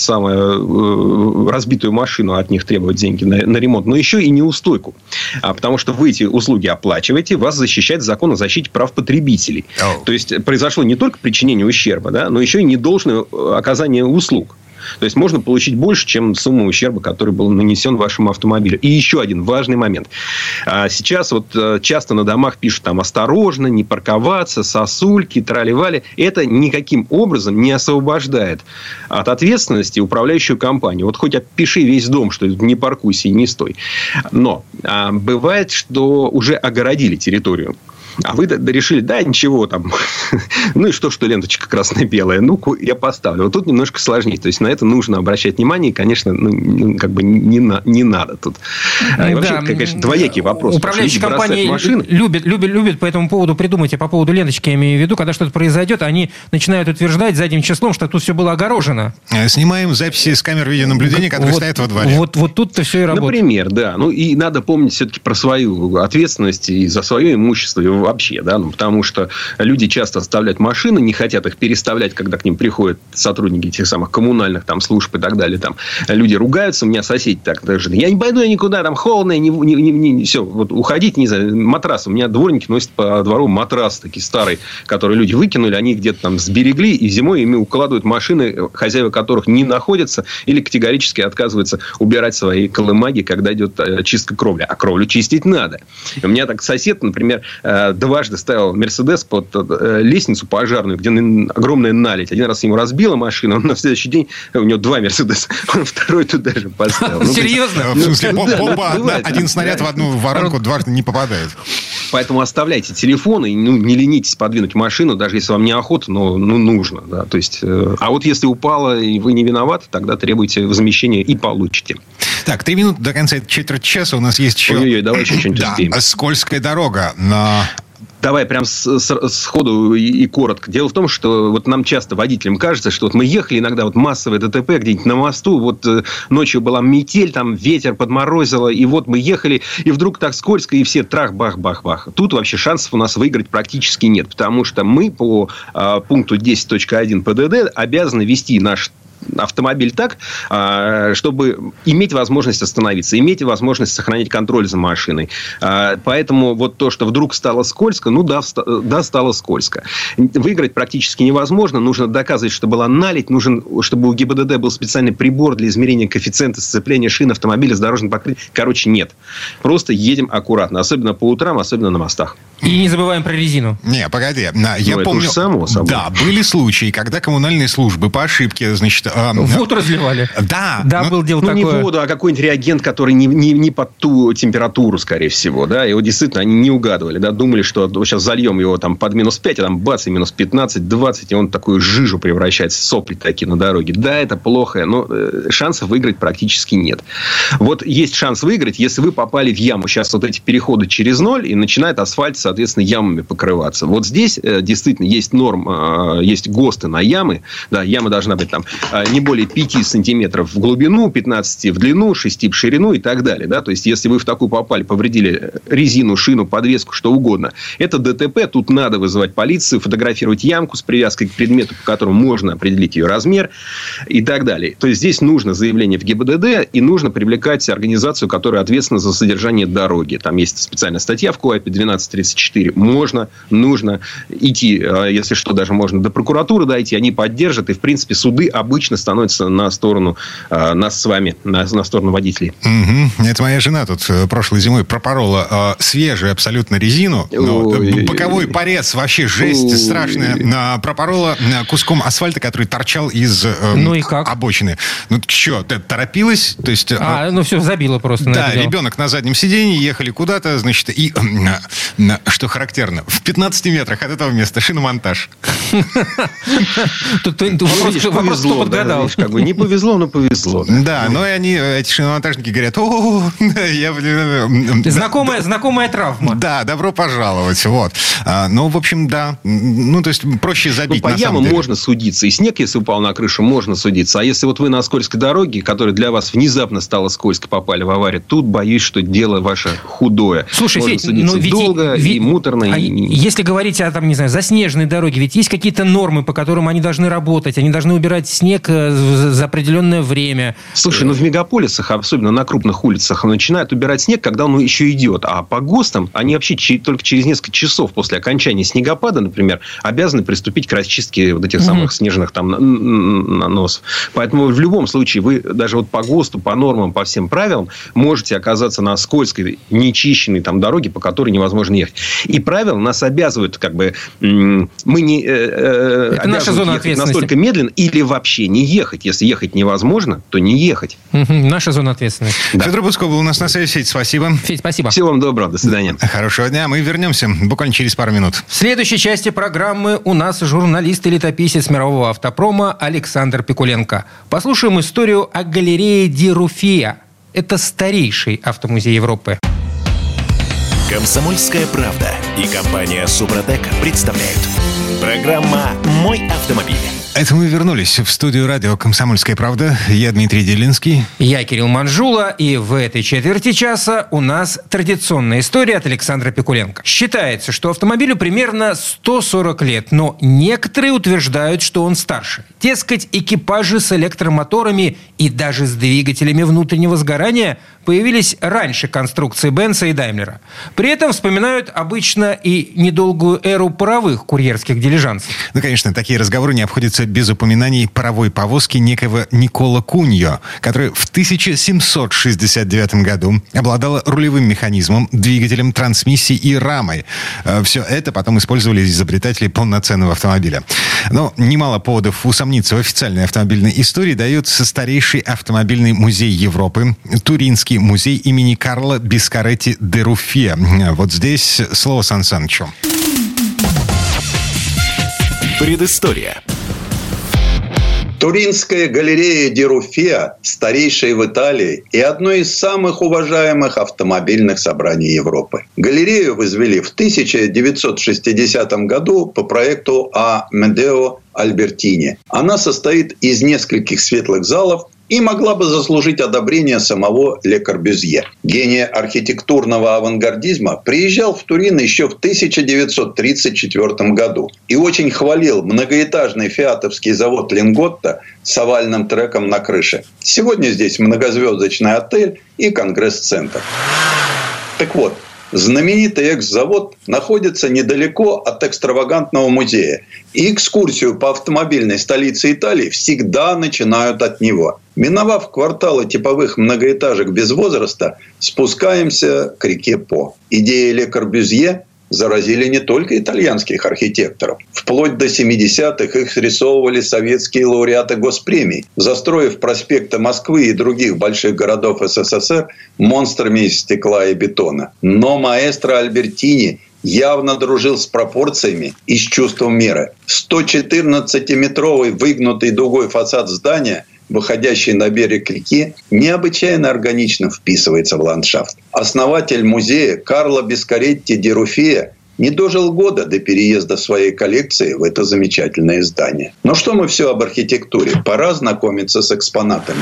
самую разбитую машину от них требовать деньги на, на ремонт, но еще и неустойку. А, потому что вы эти услуги оплачиваете, вас защищает закон о защите прав потребителей. Oh. То есть, произошло не только причинение ущерба, да, но еще и недолжное оказание услуг. То есть, можно получить больше, чем сумма ущерба, который был нанесен вашему автомобилю. И еще один важный момент. Сейчас вот часто на домах пишут там осторожно, не парковаться, сосульки, трали-вали. Это никаким образом не освобождает от ответственности управляющую компанию. Вот хоть опиши весь дом, что не паркуйся и не стой. Но а, бывает, что уже огородили территорию. А вы решили, да, ничего там. Ну, и что, что ленточка красная-белая? Ну, я поставлю. Вот тут немножко сложнее. То есть, на это нужно обращать внимание. И, конечно, ну, как бы не, на, не надо тут. И вообще, да, конечно, двоякий вопрос. Управляющие компании любят, любят, любят по этому поводу придумать. И по поводу ленточки я имею в виду, когда что-то произойдет, они начинают утверждать задним числом, что тут все было огорожено. Снимаем записи с камер видеонаблюдения, которые вот, стоят во дворе. Вот, вот тут-то все и работает. Например, да. Ну, и надо помнить все-таки про свою ответственность и за свое имущество. И вообще, да, ну, потому что люди часто оставляют машины, не хотят их переставлять, когда к ним приходят сотрудники этих самых коммунальных там служб и так далее. Там люди ругаются, у меня соседи так даже, я не пойду я никуда, там холодно, не, не, не, не, все, вот уходите, не знаю, матрас. У меня дворники носят по двору матрас такие старые, которые люди выкинули, они где-то там сберегли, и зимой ими укладывают машины, хозяева которых не находятся или категорически отказываются убирать свои колымаги, когда идет чистка кровли. А кровлю чистить надо. И у меня так сосед, например, дважды ставил Мерседес под э, лестницу пожарную, где огромная наледь. Один раз ему разбила машину, он на следующий день у него два Мерседеса, он второй туда же поставил. Серьезно? В смысле, бомба, один снаряд в одну воронку дважды не попадает. Поэтому оставляйте телефоны, ну, не ленитесь подвинуть машину, даже если вам неохота, но ну, нужно. Да? То есть, э, а вот если упало, и вы не виноваты, тогда требуйте возмещения и получите. Так, три минуты до конца четверти часа у нас есть еще... Ой-ой-ой, давай еще что-нибудь да, успеем. Скользкая дорога на... Давай прям с, с, сходу и, и коротко. Дело в том, что вот нам часто, водителям, кажется, что вот мы ехали иногда, вот массовое ДТП где-нибудь на мосту, вот э, ночью была метель, там ветер подморозило, и вот мы ехали, и вдруг так скользко, и все трах-бах-бах-бах. Тут вообще шансов у нас выиграть практически нет, потому что мы по э, пункту десять точка один ПДД обязаны вести наш автомобиль так, чтобы иметь возможность остановиться, иметь возможность сохранить контроль за машиной. Поэтому вот то, что вдруг стало скользко, ну да, да, стало скользко. Выиграть практически невозможно. Нужно доказывать, что была наледь. Нужен, чтобы у ГИБДД был специальный прибор для измерения коэффициента сцепления шин автомобиля с дорожным покрытием. Короче, нет. Просто едем аккуратно. Особенно по утрам, особенно на мостах. И не забываем про резину. Не, погоди. Я ну, помню... Само собой. Да, были случаи, когда коммунальные службы по ошибке, значит... Э, воду разливали. Да. Да, ну, был дело ну, такое. Не воду, а какой-нибудь реагент, который не, не, не под ту температуру, скорее всего. Да? Его действительно они не угадывали. Да? Думали, что вот сейчас зальем его там под минус пять, а там бац, и минус пятнадцать, двадцать, и он в такую жижу превращается, сопли такие на дороге. Да, это плохо, но э, шансов выиграть практически нет. Вот есть шанс выиграть, если вы попали в яму. Сейчас вот эти переходы через ноль, и начинает асфальт, соответственно, ямами покрываться. Вот здесь э, действительно есть норм, э, есть ГОСТы на ямы. Да, яма должна быть там э, не более пяти сантиметров в глубину, пятнадцать в длину, шесть в ширину и так далее. Да? То есть, если вы в такую попали, повредили резину, шину, подвеску, что угодно, это ДТП. Тут надо вызывать полицию, фотографировать ямку с привязкой к предмету, по которому можно определить ее размер и так далее. То есть, здесь нужно заявление в ГИБДД и нужно привлекать организацию, которая ответственна за содержание дороги. Там есть специальная статья в КоАПе двенадцать тридцать четыре. Можно, нужно идти, если что, даже можно до прокуратуры дойти, они поддержат, и, в принципе, суды обычно становятся на сторону э, нас с вами, на, на сторону водителей. Угу. Это моя жена тут прошлой зимой пропорола э, свежую абсолютно резину. Ну, боковой порез, вообще жесть Ой. страшная. Пропорола куском асфальта, который торчал из э, ну и как? обочины. Ну, что, ты торопилась? То есть, а, э, ну все, забило просто. Да, ребенок на заднем сиденье, ехали куда-то, значит, и, э, что характерно, в пятнадцати метрах от этого места шиномонтаж. Вопрос, кто подгадал. Как бы не повезло, но повезло. Да, но и они, эти шиномонтажники, говорят, о, я... Знакомая, знакомая травма. Да, добро пожаловать, вот. Ну, в общем, да. Ну, то есть, проще забить, на самом деле. По ямам можно судиться. И снег, если упал на крышу, можно судиться. А если вот вы на скользкой дороге, которая для вас внезапно стала скользко, попали в аварию, тут боюсь, что дело ваше худое. Слушай, Федь, но ведь, много Ви... и муторно. А и... Если говорить о, там, не знаю, заснеженной дороге, ведь есть какие-то нормы, по которым они должны работать, они должны убирать снег за определенное время. Слушай, ну в мегаполисах, особенно на крупных улицах, начинают убирать снег, когда он еще идет. А по ГОСТам они вообще только через несколько часов после окончания снегопада, например, обязаны приступить к расчистке вот этих самых mm-hmm. снежных там наносов. Поэтому в любом случае вы даже вот по ГОСТу, по нормам, по всем правилам можете оказаться на скользкой, нечищенной там дороге, по которой невозможно ехать. И правила нас обязывают, как бы, мы не э, Это наша зона ответственности. Настолько медленно или вообще не ехать. Если ехать невозможно, то не ехать. Угу, наша зона ответственности. Да. Федор Буцко был у нас на связи. Федь, спасибо. Федь, спасибо. Всего вам доброго. До свидания. Хорошего дня. Мы вернемся буквально через пару минут. В следующей части программы у нас журналист и летописец мирового автопрома Александр Пикуленко. Послушаем историю о галерее Ди Руффия. Это старейший автомузей Европы. «Комсомольская правда» и компания «Супротек» представляют. Программа «Мой автомобиль». Это мы вернулись в студию радио «Комсомольская правда». Я Дмитрий Делинский. Я Кирилл Манжула. И в этой четверти часа у нас традиционная история от Александра Пикуленко. Считается, что автомобилю примерно сто сорок лет, но некоторые утверждают, что он старше. Дескать, экипажи с электромоторами и даже с двигателями внутреннего сгорания появились раньше конструкции Бенца и Даймлера. При этом вспоминают обычно и недолгую эру паровых курьерских дилижансов. Ну, конечно, такие разговоры не обходятся без упоминаний паровой повозки некоего Никола Куньо, который в тысяча семьсот шестьдесят девятом году обладала рулевым механизмом, двигателем, трансмиссией и рамой. Все это потом использовали изобретатели полноценного автомобиля. Но немало поводов усомниться в официальной автомобильной истории дает старейший автомобильный музей Европы, Туринский музей имени Карла Бискаретти де Руффия. Вот здесь слово Сан Санычу. Предыстория. Туринская галерея Ди Руффия, старейшая в Италии и одно из самых уважаемых автомобильных собраний Европы. Галерею возвели в тысяча девятьсот шестидесятом году по проекту Амедео Альбертини. Она состоит из нескольких светлых залов и могла бы заслужить одобрение самого Ле Корбюзье. Гений архитектурного авангардизма приезжал в Турин еще в тысяча девятьсот тридцать четвёртом году и очень хвалил многоэтажный фиатовский завод Линготто с овальным треком на крыше. Сегодня здесь многозвездочный отель и конгресс-центр. Так вот, знаменитый экс-завод находится недалеко от экстравагантного музея. И экскурсию по автомобильной столице Италии всегда начинают от него. Миновав кварталы типовых многоэтажек без возраста, спускаемся к реке По. Идеи Ле Корбюзье заразили не только итальянских архитекторов. Вплоть до семидесятых их срисовывали советские лауреаты госпремий, застроив проспекты Москвы и других больших городов СССР монстрами из стекла и бетона. Но маэстро Альбертини явно дружил с пропорциями и с чувством меры. сто четырнадцатиметровый выгнутый дугой фасад здания, выходящий на берег реки, необычайно органично вписывается в ландшафт. Основатель музея Карло Бискаретти ди Руффия не дожил года до переезда своей коллекции в это замечательное здание. Но что мы все об архитектуре? Пора знакомиться с экспонатами.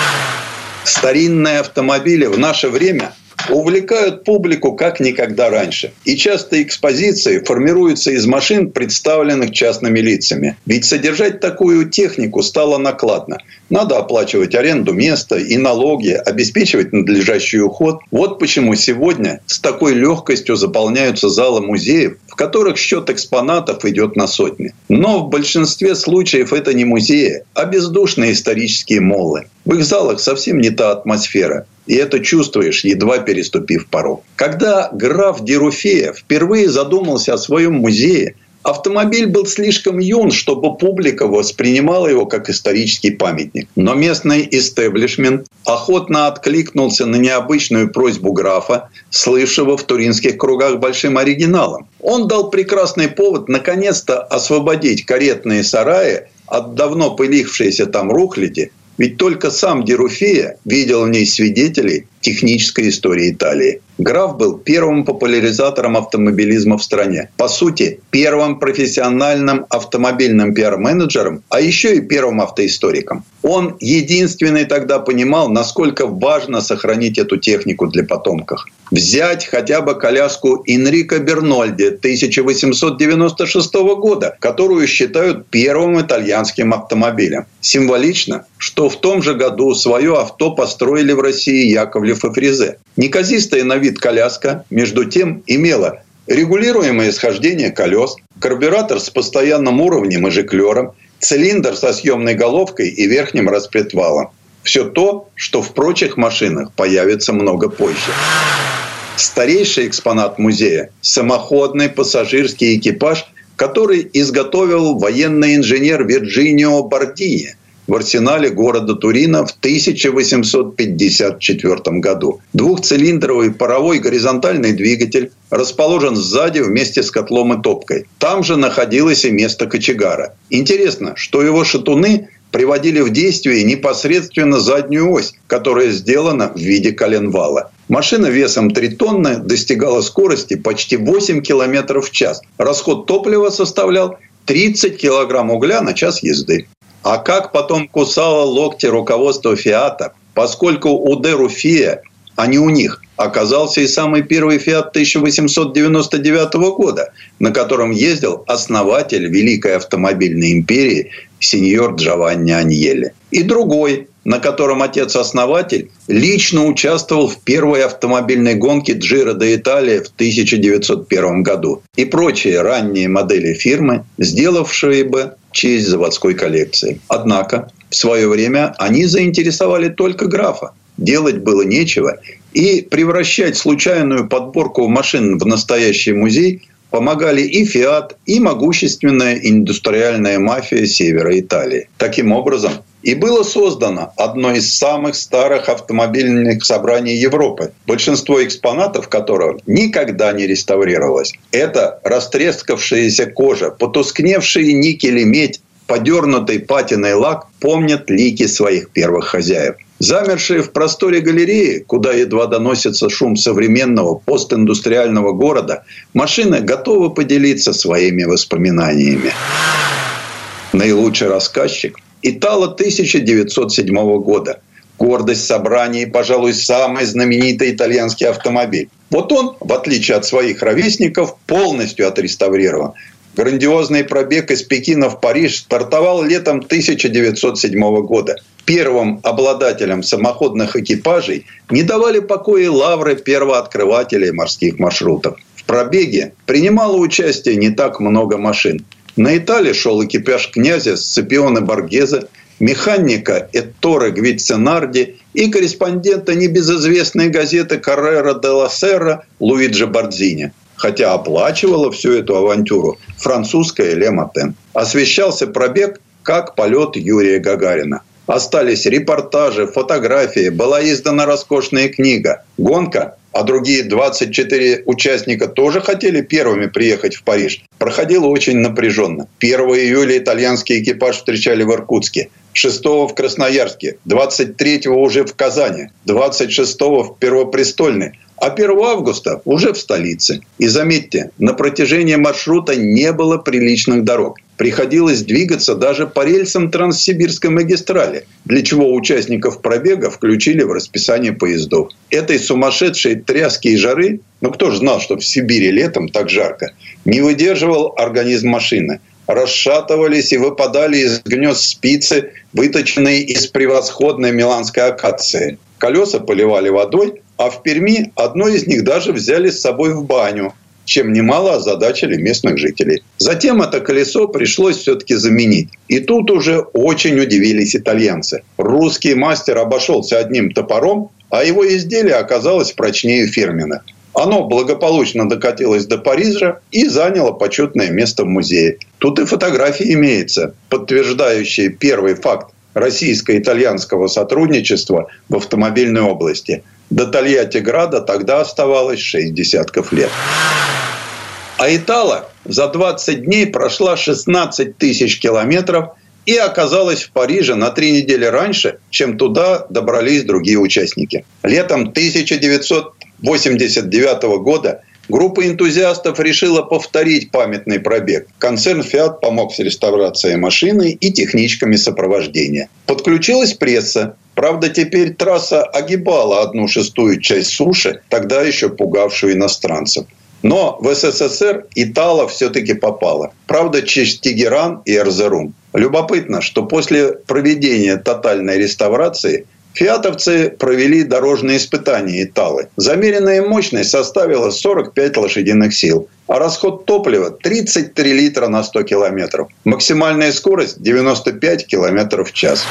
Старинные автомобили в наше время увлекают публику как никогда раньше. И часто экспозиции формируются из машин, представленных частными лицами. Ведь содержать такую технику стало накладно. Надо оплачивать аренду места и налоги, обеспечивать надлежащий уход. Вот почему сегодня с такой легкостью заполняются залы музеев, в которых счет экспонатов идет на сотни. Но в большинстве случаев это не музеи, а бездушные исторические моллы. В их залах совсем не та атмосфера. И это чувствуешь, едва переступив порог. Когда граф Ди Руффия впервые задумался о своем музее, автомобиль был слишком юн, чтобы публика воспринимала его как исторический памятник. Но местный истеблишмент охотно откликнулся на необычную просьбу графа, слывшего в туринских кругах большим оригиналом. Он дал прекрасный повод наконец-то освободить каретные сараи от давно пылившейся там рухляди. Ведь только сам Ди Руффия видел в ней свидетелей технической истории Италии. Граф был первым популяризатором автомобилизма в стране. По сути, первым профессиональным автомобильным пиар-менеджером, а еще и первым автоисториком. Он единственный тогда понимал, насколько важно сохранить эту технику для потомков. Взять хотя бы коляску Энрико Бернольди тысяча восемьсот девяносто шестого года, которую считают первым итальянским автомобилем. Символично, что в том же году свое авто построили в России Яковлев и Фрезе. Неказистая на вид коляска, между тем, имела регулируемое схождение колес, карбюратор с постоянным уровнем и жиклером, цилиндр со съемной головкой и верхним распредвалом. Все то, что в прочих машинах появится много позже. Старейший экспонат музея – самоходный пассажирский экипаж, который изготовил военный инженер Вирджинио Бордини в арсенале города Турина в тысяча восемьсот пятьдесят четвёртом году. Двухцилиндровый паровой горизонтальный двигатель расположен сзади вместе с котлом и топкой. Там же находилось и место кочегара. Интересно, что его шатуны приводили в действие непосредственно заднюю ось, которая сделана в виде коленвала. Машина весом три тонны достигала скорости почти восемь километров в час. Расход топлива составлял тридцать килограмм угля на час езды. А как потом кусало локти руководство «Фиата», поскольку у де Руффия, а не у них, оказался и самый первый «Фиат» тысяча восемьсот девяносто девятого года, на котором ездил основатель Великой автомобильной империи сеньор Джованни Аньелли. И другой, на котором отец-основатель лично участвовал в первой автомобильной гонке Джиро де Италия в тысяча девятьсот первом году. И прочие ранние модели фирмы, сделавшие бы честь заводской коллекции. Однако в свое время они заинтересовали только графа. Делать было нечего, и превращать случайную подборку машин в настоящий музей помогали и «Фиат», и могущественная индустриальная мафия севера Италии. Таким образом, и было создано одно из самых старых автомобильных собраний Европы, большинство экспонатов которого никогда не реставрировалось. Это растрескавшаяся кожа, потускневшие никель и медь, подернутый патиной лак помнят лики своих первых хозяев. Замершие в просторе галереи, куда едва доносится шум современного постиндустриального города, машины готовы поделиться своими воспоминаниями. Наилучший рассказчик – Итало тысяча девятьсот седьмого года. Гордость собрания и, пожалуй, самый знаменитый итальянский автомобиль. Вот он, в отличие от своих ровесников, полностью отреставрирован. Грандиозный пробег из Пекина в Париж стартовал летом тысяча девятьсот седьмого года. Первым обладателям самоходных экипажей не давали покоя лавры первооткрывателей морских маршрутов. В пробеге принимало участие не так много машин. На Италии шел экипаж князя Сципиона Боргезе, механика Этторе Гвиццинарди и корреспондента небезызвестной газеты «Коррера делла Серра» Луиджи Бордзини. Хотя оплачивала всю эту авантюру французская Ле Матен. Освещался пробег как полет Юрия Гагарина. Остались репортажи, фотографии, была издана роскошная книга. Гонка, а другие двадцать четыре участника тоже хотели первыми приехать в Париж, проходила очень напряженно. первого июля итальянский экипаж встречали в Иркутске, шестого в Красноярске, двадцать третьего уже в Казани, двадцать шестого в Первопрестольной, а первого августа уже в столице. И заметьте, на протяжении маршрута не было приличных дорог. Приходилось двигаться даже по рельсам Транссибирской магистрали, для чего участников пробега включили в расписание поездов. Этой сумасшедшей тряски и жары, ну кто же знал, что в Сибири летом так жарко, не выдерживал организм машины. Расшатывались и выпадали из гнезд спицы, выточенные из превосходной миланской акации. Колеса поливали водой, а в Перми одно из них даже взяли с собой в баню, чем немало озадачили местных жителей. Затем это колесо пришлось все-таки заменить. И тут уже очень удивились итальянцы. Русский мастер обошелся одним топором, а его изделие оказалось прочнее фирменных. Оно благополучно докатилось до Парижа и заняло почетное место в музее. Тут и фотографии имеются, подтверждающие первый факт российско-итальянского сотрудничества в автомобильной области. До Тольятти-Града тогда оставалось шесть десятков лет. А Итало за двадцать дней прошла шестнадцать тысяч километров и оказалась в Париже на три недели раньше, чем туда добрались другие участники. Летом тысяча девятьсот восемьдесят девятого года группа энтузиастов решила повторить памятный пробег. Концерн «Фиат» помог с реставрацией машины и техничками сопровождения. Подключилась пресса. Правда, теперь трасса огибала одну шестую часть суши, тогда еще пугавшую иностранцев. Но в СССР Итала все-таки попала. Правда, через Тегеран и Эрзерум. Любопытно, что после проведения тотальной реставрации фиатовцы провели дорожные испытания Италы. Замеренная мощность составила сорок пять лошадиных сил, а расход топлива тридцать три литра на сто километров. Максимальная скорость девяносто пять километров в час.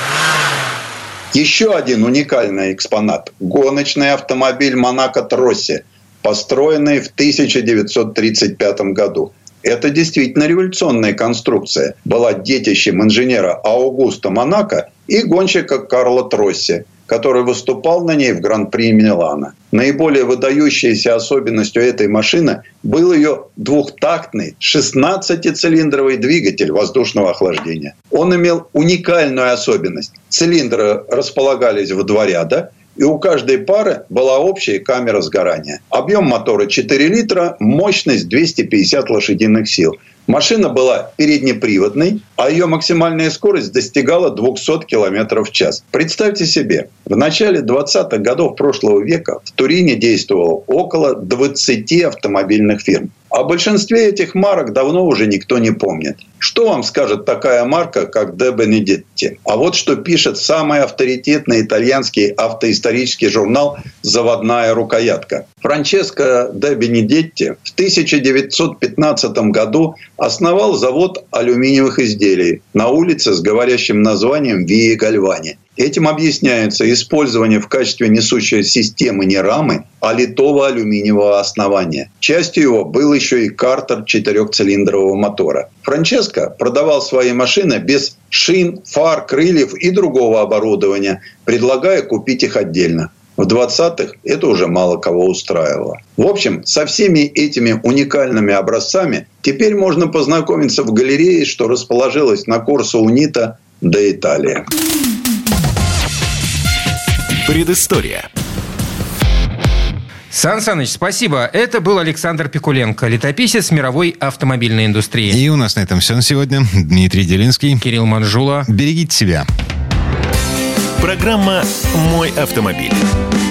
Еще один уникальный экспонат – гоночный автомобиль Monaco Trossi, построенный в тысяча девятьсот тридцать пятом году. Это действительно революционная конструкция. Была детищем инженера Аугусто Монако и гонщика Карло Тросси, который выступал на ней в Гран-при Милана. Наиболее выдающейся особенностью этой машины был ее двухтактный шестнадцатицилиндровый двигатель воздушного охлаждения. Он имел уникальную особенность. Цилиндры располагались в два ряда, и у каждой пары была общая камера сгорания. Объем мотора четыре литра, мощность двести пятьдесят лошадиных сил. Машина была переднеприводной, а ее максимальная скорость достигала двести километров в час. Представьте себе, в начале двадцатых годов прошлого века в Турине действовало около двадцати автомобильных фирм. О большинстве этих марок давно уже никто не помнит. Что вам скажет такая марка, как Де Бенедетти? А вот что пишет самый авторитетный итальянский автоисторический журнал «Заводная рукоятка». Франческо Де Бенедетти в тысяча девятьсот пятнадцатом году основал завод алюминиевых изделий на улице с говорящим названием Виа Гальвани. Этим объясняется использование в качестве несущей системы не рамы, а литого алюминиевого основания. Частью его был еще и картер четырехцилиндрового мотора. Франческо продавал свои машины без шин, фар, крыльев и другого оборудования, предлагая купить их отдельно. В двадцатых это уже мало кого устраивало. В общем, со всеми этими уникальными образцами теперь можно познакомиться в галерее, что расположилась на Корсо Унита де Италия. Предыстория. Сан Саныч, спасибо. Это был Александр Пикуленко, летописец мировой автомобильной индустрии. И у нас на этом все на сегодня. Дмитрий Делинский. Кирилл Манжула. Берегите себя. Программа «Мой автомобиль».